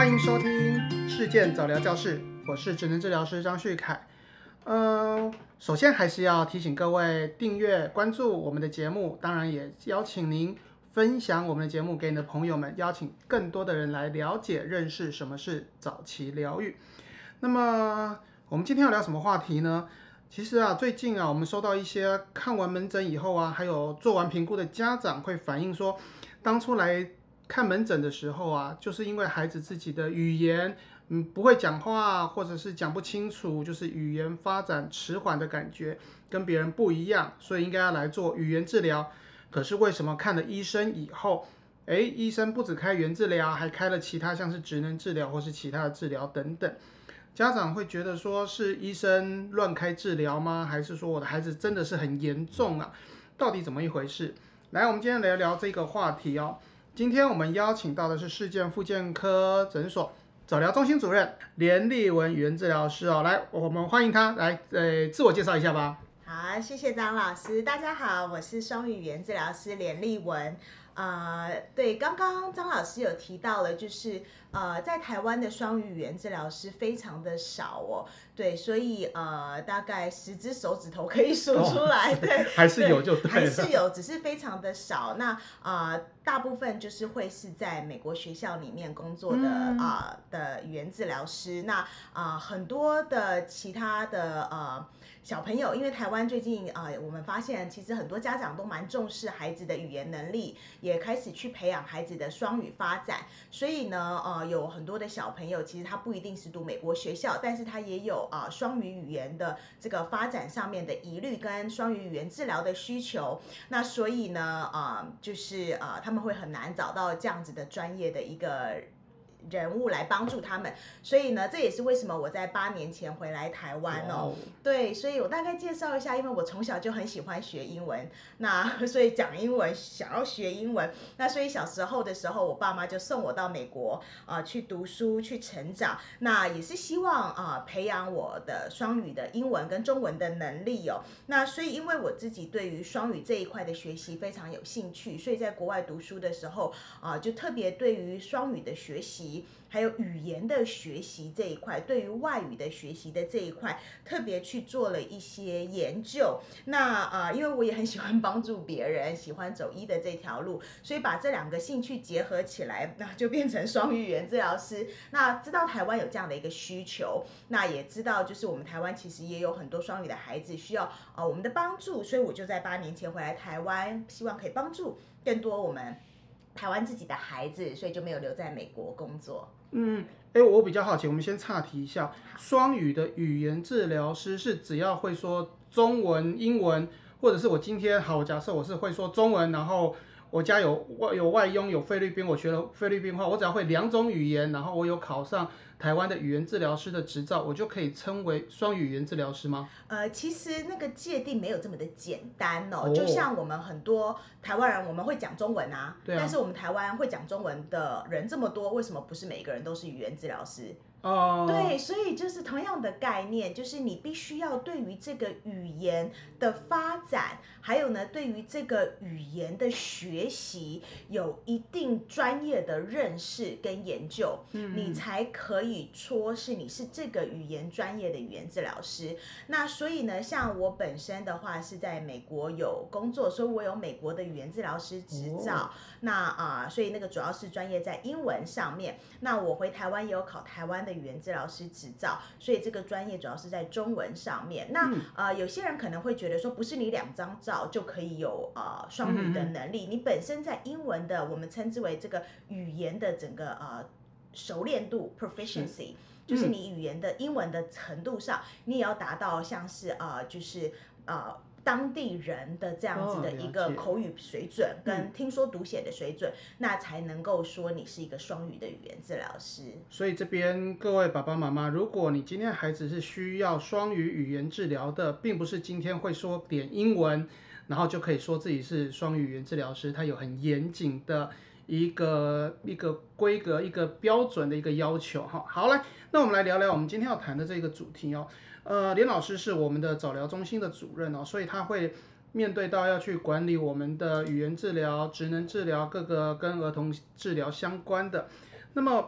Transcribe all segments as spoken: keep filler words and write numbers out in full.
欢迎收听事件早疗教室，我是职能治疗师张旭凯。嗯，首先还是要提醒各位订阅关注我们的节目，当然也邀请您分享我们的节目给你的朋友们，邀请更多的人来了解认识什么是早期疗愈。那么我们今天要聊什么话题呢？其实啊，最近啊，我们收到一些看完门诊以后啊，还有做完评估的家长会反映说，当初来看门诊的时候啊，就是因为孩子自己的语言嗯不会讲话，或者是讲不清楚，就是语言发展迟缓的感觉，跟别人不一样，所以应该要来做语言治疗。可是为什么看了医生以后，哎，医生不只开语言治疗，还开了其他像是职能治疗或是其他的治疗等等。家长会觉得说是医生乱开治疗吗？还是说我的孩子真的是很严重啊？到底怎么一回事？来，我们今天聊聊这个话题哦。今天我们邀请到的是世健复健科诊所早疗中心主任连丽文语言治疗师哦。来，我们欢迎他来，呃，自我介绍一下吧。 好，谢谢张老师。大家好，我是双语语言治疗师连丽文。呃，对，刚刚张老师有提到了，就是呃，在台湾的双语语言治疗师非常的少哦，对，所以呃，大概十只手指头可以数出来，哦、对， 还是有就对了， 还是有，只是非常的少。那呃，大部分就是会是在美国学校里面工作的啊、 嗯呃、的语言治疗师。那啊、呃，很多的其他的呃。小朋友，因为台湾最近呃，我们发现其实很多家长都蛮重视孩子的语言能力，也开始去培养孩子的双语发展。所以呢，呃，有很多的小朋友其实他不一定是读美国学校，但是他也有啊、呃、双语语言的这个发展上面的疑虑跟双语语言治疗的需求。那所以呢，啊、呃，就是啊、呃，他们会很难找到这样子的专业的一个人物来帮助他们，所以呢，这也是为什么我在八年前回来台湾哦。Wow. 对，所以我大概介绍一下，因为我从小就很喜欢学英文，那所以讲英文，想要学英文，那所以小时候的时候，我爸妈就送我到美国啊、呃、去读书去成长，那也是希望啊、呃、培养我的双语的英文跟中文的能力哦。那所以因为我自己对于双语这一块的学习非常有兴趣，所以在国外读书的时候啊、呃，就特别对于双语的学习。还有语言的学习这一块，对于外语的学习的这一块，特别去做了一些研究。那呃，因为我也很喜欢帮助别人，喜欢走医的这条路，所以把这两个兴趣结合起来，那就变成双语语言治疗师。那知道台湾有这样的一个需求，那也知道就是我们台湾其实也有很多双语的孩子需要呃我们的帮助，所以我就在八年前回来台湾，希望可以帮助更多我们台湾自己的孩子，所以就没有留在美国工作。 嗯，哎，我比较好奇，我们先岔题一下，双语的语言治疗师是只要会说中文、英文，或者是我今天好，假设我是会说中文，然后我家有外有外佣有菲律宾，我学了菲律宾话，我只要会两种语言，然后我有考上台湾的语言治疗师的执照，我就可以称为双语语言治疗师吗？ 呃，其实那个界定没有这么的简单哦， 哦就像我们很多台湾人，我们会讲中文啊， 对啊， 但是我们台湾会讲中文的人这么多，为什么不是每一个人都是语言治疗师？ 哦， 对，所以就是同样的概念，就是你必须要对于这个语言的发展，还有呢，对于这个语言的学习有一定专业的认识跟研究，嗯，你才可以说是你是这个语言专业的语言治疗师。那所以呢，像我本身的话是在美国有工作，所以我有美国的语言治疗师执照。哦，那啊、呃，所以那个主要是专业在英文上面。那我回台湾也有考台湾的语言治疗师执照，所以这个专业主要是在中文上面。那、嗯、呃，有些人可能会觉得说，不是你两张照就可以有呃双语的能力，嗯、你本身在英文的，我们称之为这个语言的整个呃熟练度 proficiency。就是你语言的英文的程度上，你也要达到像是呃，就是呃。当地人的这样子的一个口语水准，哦、跟听说读写的水准，嗯、那才能够说你是一个双语的语言治疗师。 所以这边各位爸爸妈妈，如果你今天孩子是需要双语语言治疗的，并不是今天会说点英文，然后就可以说自己是双语语言治疗师，他有很严谨的一个一个规格、一个标准的一个要求哈。好，来，那我们来聊聊我们今天要谈的这个主题哦。呃，连老师是我们的早疗中心的主任哦，所以他会面对到要去管理我们的语言治疗、职能治疗各个跟儿童治疗相关的。那么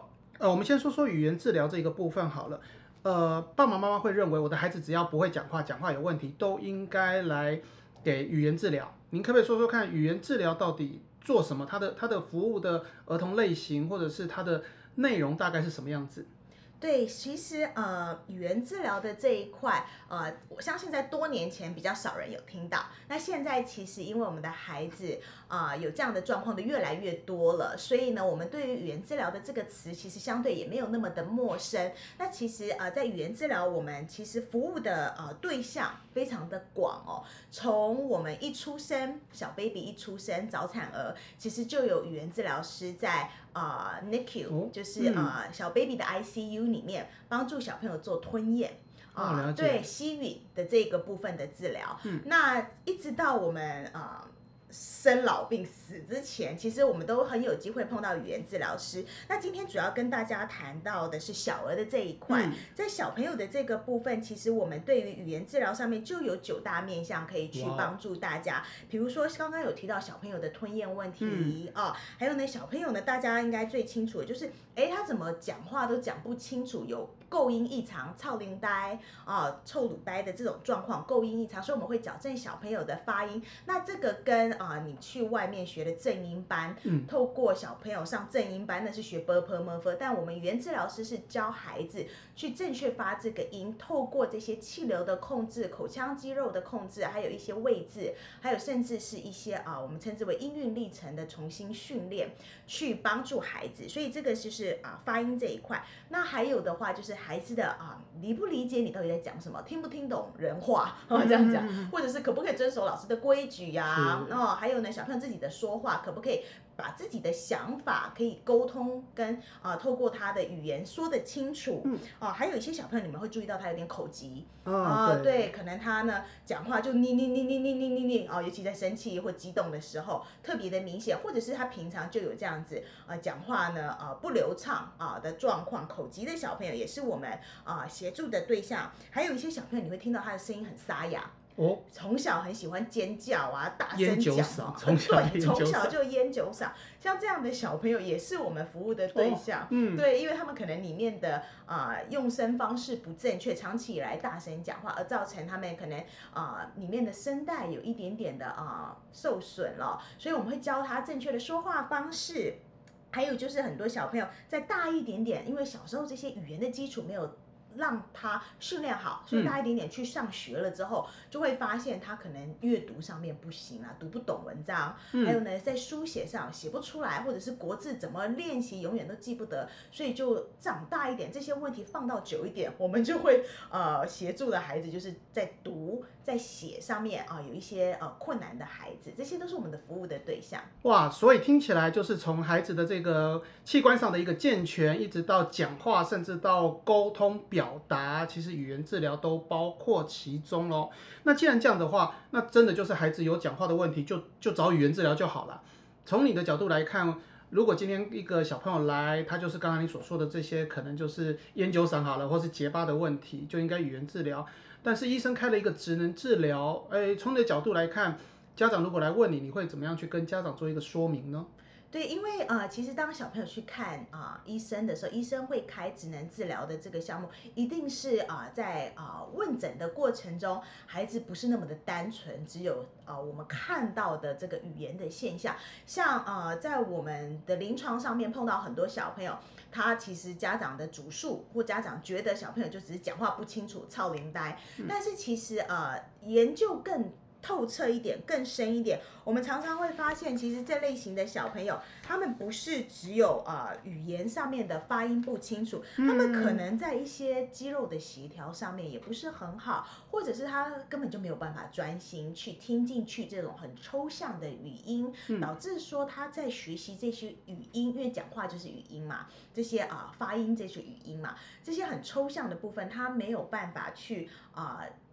呃，我们先说说语言治疗这个部分好了。呃，爸爸妈妈会认为我的孩子只要不会讲话，讲话有问题，都应该来给语言治疗。您可不可以说说看，语言治疗到底做什么？它的它的服务的儿童类型，或者是它的内容大概是什么样子？ 对，其实呃，语言治疗的这一块，呃，我相信在多年前比较少人有听到。那现在其实因为我们的孩子啊、呃、有这样的状况的越来越多了，所以呢，我们对于语言治疗的这个词其实相对也没有那么的陌生。那其实呃，在语言治疗，我们其实服务的呃对象非常的广哦，从我们一出生，小 baby 一出生，早产儿，其实就有语言治疗师在。呃 N I C U、哦、就是、嗯、呃小 baby 的 I C U 里面帮助小朋友做吞咽啊、 哦， 呃，对吸吮的这个部分的治疗。嗯，那一直到我们呃生老病死之前，其实我们都很有机会碰到语言治疗师。那今天主要跟大家谈到的是小儿的这一块，嗯、在小朋友的这个部分，其实我们对于语言治疗上面就有九大面向可以去帮助大家。比如说刚刚有提到小朋友的吞咽问题、嗯、啊，还有呢小朋友呢，大家应该最清楚的就是，哎，他怎么讲话都讲不清楚，有构音异常、操灵呆啊、臭乳呆的这种状况，构音异常，所以我们会矫正小朋友的发音。那这个跟啊、呃，你去外面学的正音班，嗯，透过小朋友上正音班，那是学 b p m f， 但我们语言治疗师是教孩子去正确发这个音，透过这些气流的控制、口腔肌肉的控制，还有一些位置，还有甚至是一些啊、呃，我们称之为音韵历程的重新训练，去帮助孩子。所以这个就是啊、呃、发音这一块。那还有的话就是孩子的啊、呃、理不理解你到底在讲什么，听不听懂人话啊这样讲，或者是可不可以遵守老师的规矩呀、啊？哦，还有呢，小朋友自己的说话可不可以把自己的想法可以沟通跟啊、呃、透过他的语言说得清楚。嗯，啊、呃，还有一些小朋友你们会注意到他有点口急啊、哦呃，对，可能他呢讲话就你你你你你你你你啊，尤其在生气或激动的时候特别的明显，或者是他平常就有这样子啊讲、呃、话呢啊、呃、不流畅啊、呃、的状况，口急的小朋友也是我们啊、呃、协助的对象。还有一些小朋友你会听到他的声音很沙哑。哦，从小很喜欢尖叫啊，大声讲， 从小对，从小就烟酒嗓，像这样的小朋友也是我们服务的对象。哦、嗯，对，因为他们可能里面的啊、呃、用声方式不正确，长期以来大声讲话，而造成他们可能啊、呃、里面的声带有一点点的啊、呃、受损了，所以我们会教他正确的说话方式。还有就是很多小朋友再大一点点，因为小时候这些语言的基础没有让他训练好，所以大一点点去上学了之后，嗯、就会发现他可能阅读上面不行啊，读不懂文章，嗯、还有呢，在书写上写不出来，或者是国字怎么练习永远都记不得，所以就长大一点，这些问题放到久一点，我们就会呃协助的孩子就是在读在写上面啊、呃、有一些呃困难的孩子，这些都是我们的服务的对象。 哇，所以听起来就是从孩子的这个器官上的一个健全，一直到讲话，甚至到沟通表。表达其实语言治疗都包括其中咯。那既然这样的话，那真的就是孩子有讲话的问题，就就找语言治疗就好了。从你的角度来看，如果今天一个小朋友来，他就是刚刚你所说的这些，可能就是烟酒嗓好了，或是结巴的问题，就应该语言治疗。但是医生开了一个职能治疗，哎，从你的角度来看，家长如果来问你，你会怎么样去跟家长做一个说明呢？ 对，因为呃，其实当小朋友去看啊、呃、医生的时候，医生会开职能治疗的这个项目，一定是啊、呃、在啊、呃、问诊的过程中，孩子不是那么的单纯，只有啊、呃、我们看到的这个语言的现象。像呃在我们的临床上面碰到很多小朋友，他其实家长的主诉或家长觉得小朋友就只是讲话不清楚、操灵呆，嗯、但是其实呃研究更透彻一点，更深一点，我们常常会发现，其实这类型的小朋友，他们不是只有呃语言上面的发音不清楚，他们可能在一些肌肉的协调上面也不是很好，或者是他根本就没有办法专心去听进去这种很抽象的语音，导致说他在学习这些语音，因为讲话就是语音嘛，这些啊、呃、发音这些语音嘛，这些很抽象的部分，他没有办法去啊。呃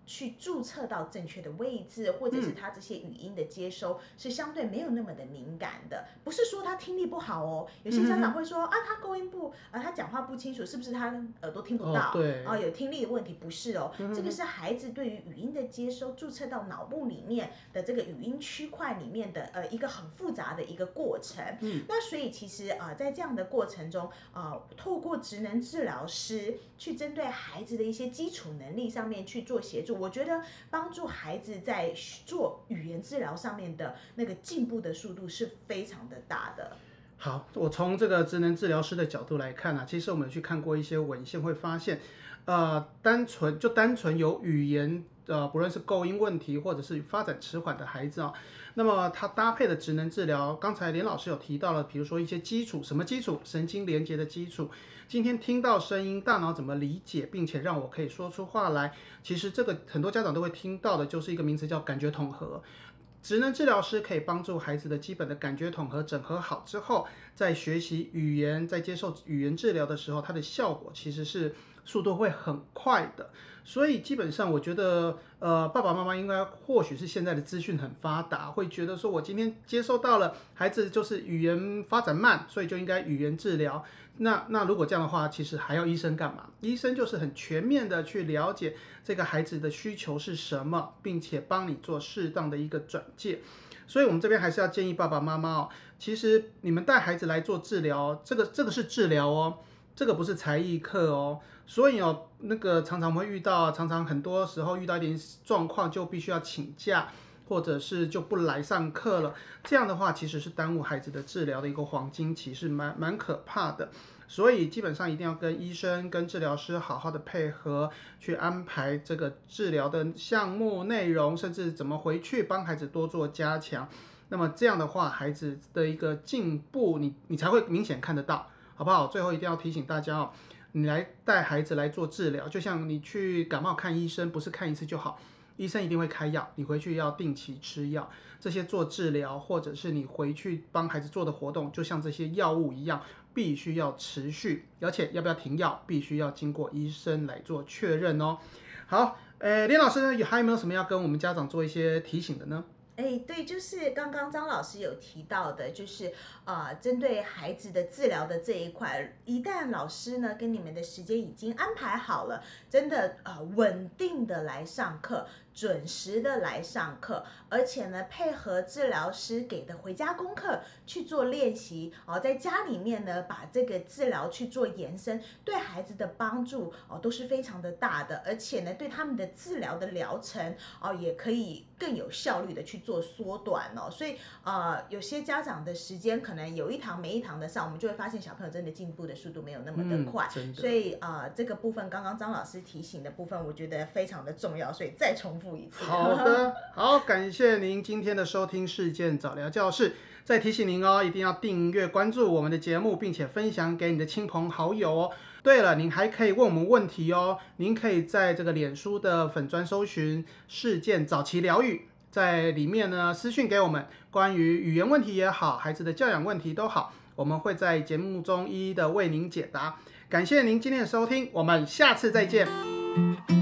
去注册到正确的位置，或者是他这些语音的接收是相对没有那么的敏感的。不是说他听力不好哦，有些家长会说、嗯、啊，他构音不啊，他讲话不清楚，是不是他耳朵听不到？ 哦，对， 啊，有听力的问题，不是哦，嗯、这个是孩子对于语音的接收注册到脑部里面的这个语音区块里面的呃一个很复杂的一个过程。嗯，那所以其实呃在这样的过程中，呃透过职能治疗师去针对孩子的一些基础能力上面去做协助，我觉得帮助孩子在做语言治疗上面的那个进步的速度是非常的大的。 好，我从这个职能治疗师的角度来看啊，其实我们去看过一些文献，会发现，呃，单纯就单纯有语言，呃，不论是构音问题或者是发展迟缓的孩子啊，那么他搭配的职能治疗，刚才连老师有提到了，比如说一些基础，什么基础？神经连接的基础。今天听到声音，大脑怎么理解，并且让我可以说出话来。其实这个很多家长都会听到的，就是一个名词叫感觉统合。职能治疗师可以帮助孩子的基本的感觉统合整合好之后，在学习语言，在接受语言治疗的时候，它的效果其实是速度会很快的。所以基本上我觉得，呃，爸爸妈妈应该或许是现在的资讯很发达，会觉得说我今天接受到了孩子就是语言发展慢，所以就应该语言治疗。那那如果这样的话，其实还要医生干嘛？医生就是很全面的去了解这个孩子的需求是什么，并且帮你做适当的一个转介。所以我们这边还是要建议爸爸妈妈哦，其实你们带孩子来做治疗，这个这个是治疗哦，这个不是才艺课哦。所以哦，那个常常会遇到，常常很多时候遇到一点状况，就必须要请假，或者是就不来上课了。这样的话，其实是耽误孩子的治疗的一个黄金期，是蛮蛮可怕的。所以基本上一定要跟医生、跟治疗师好好的配合，去安排这个治疗的项目内容，甚至怎么回去帮孩子多做加强。那么这样的话，孩子的一个进步，你你才会明显看得到，好不好？最后一定要提醒大家哦，你来带孩子来做治疗，就像你去感冒看医生，不是看一次就好。医生一定会开药，你回去要定期吃药。这些做治疗，或者是你回去帮孩子做的活动，就像这些药物一样，必须要持续，而且要不要停药，必须要经过医生来做确认哦。好，呃，连老师呢，还有没有什么要跟我们家长做一些提醒的呢？ 哎，对，就是刚刚张老师有提到的，就是呃，针对孩子的治疗的这一块，一旦老师呢跟你们的时间已经安排好了，真的呃稳定的来上课，准时的来上课，而且呢配合治疗师给的回家功课去做练习哦，在家里面呢把这个治疗去做延伸，对孩子的帮助哦都是非常的大的，而且呢对他们的治疗的疗程哦也可以更有效率的去做缩短哦，所以呃有些家长的时间可能有一堂没一堂的上，我们就会发现小朋友真的进步的速度没有那么的快， 嗯、 所以呃这个部分刚刚张老师提醒的部分，我觉得非常的重要，所以再重复一次。 好的，好，感谢您今天的收听事件早疗教室。再提醒您哦，一定要订阅关注我们的节目，并且分享给你的亲朋好友哦。对了，您还可以问我们问题哦，您可以在这个脸书的粉专搜寻事件早期疗愈，在里面呢私讯给我们，关于语言问题也好，孩子的教养问题都好，我们会在节目中一一的为您解答。感谢您今天的收听，我们下次再见。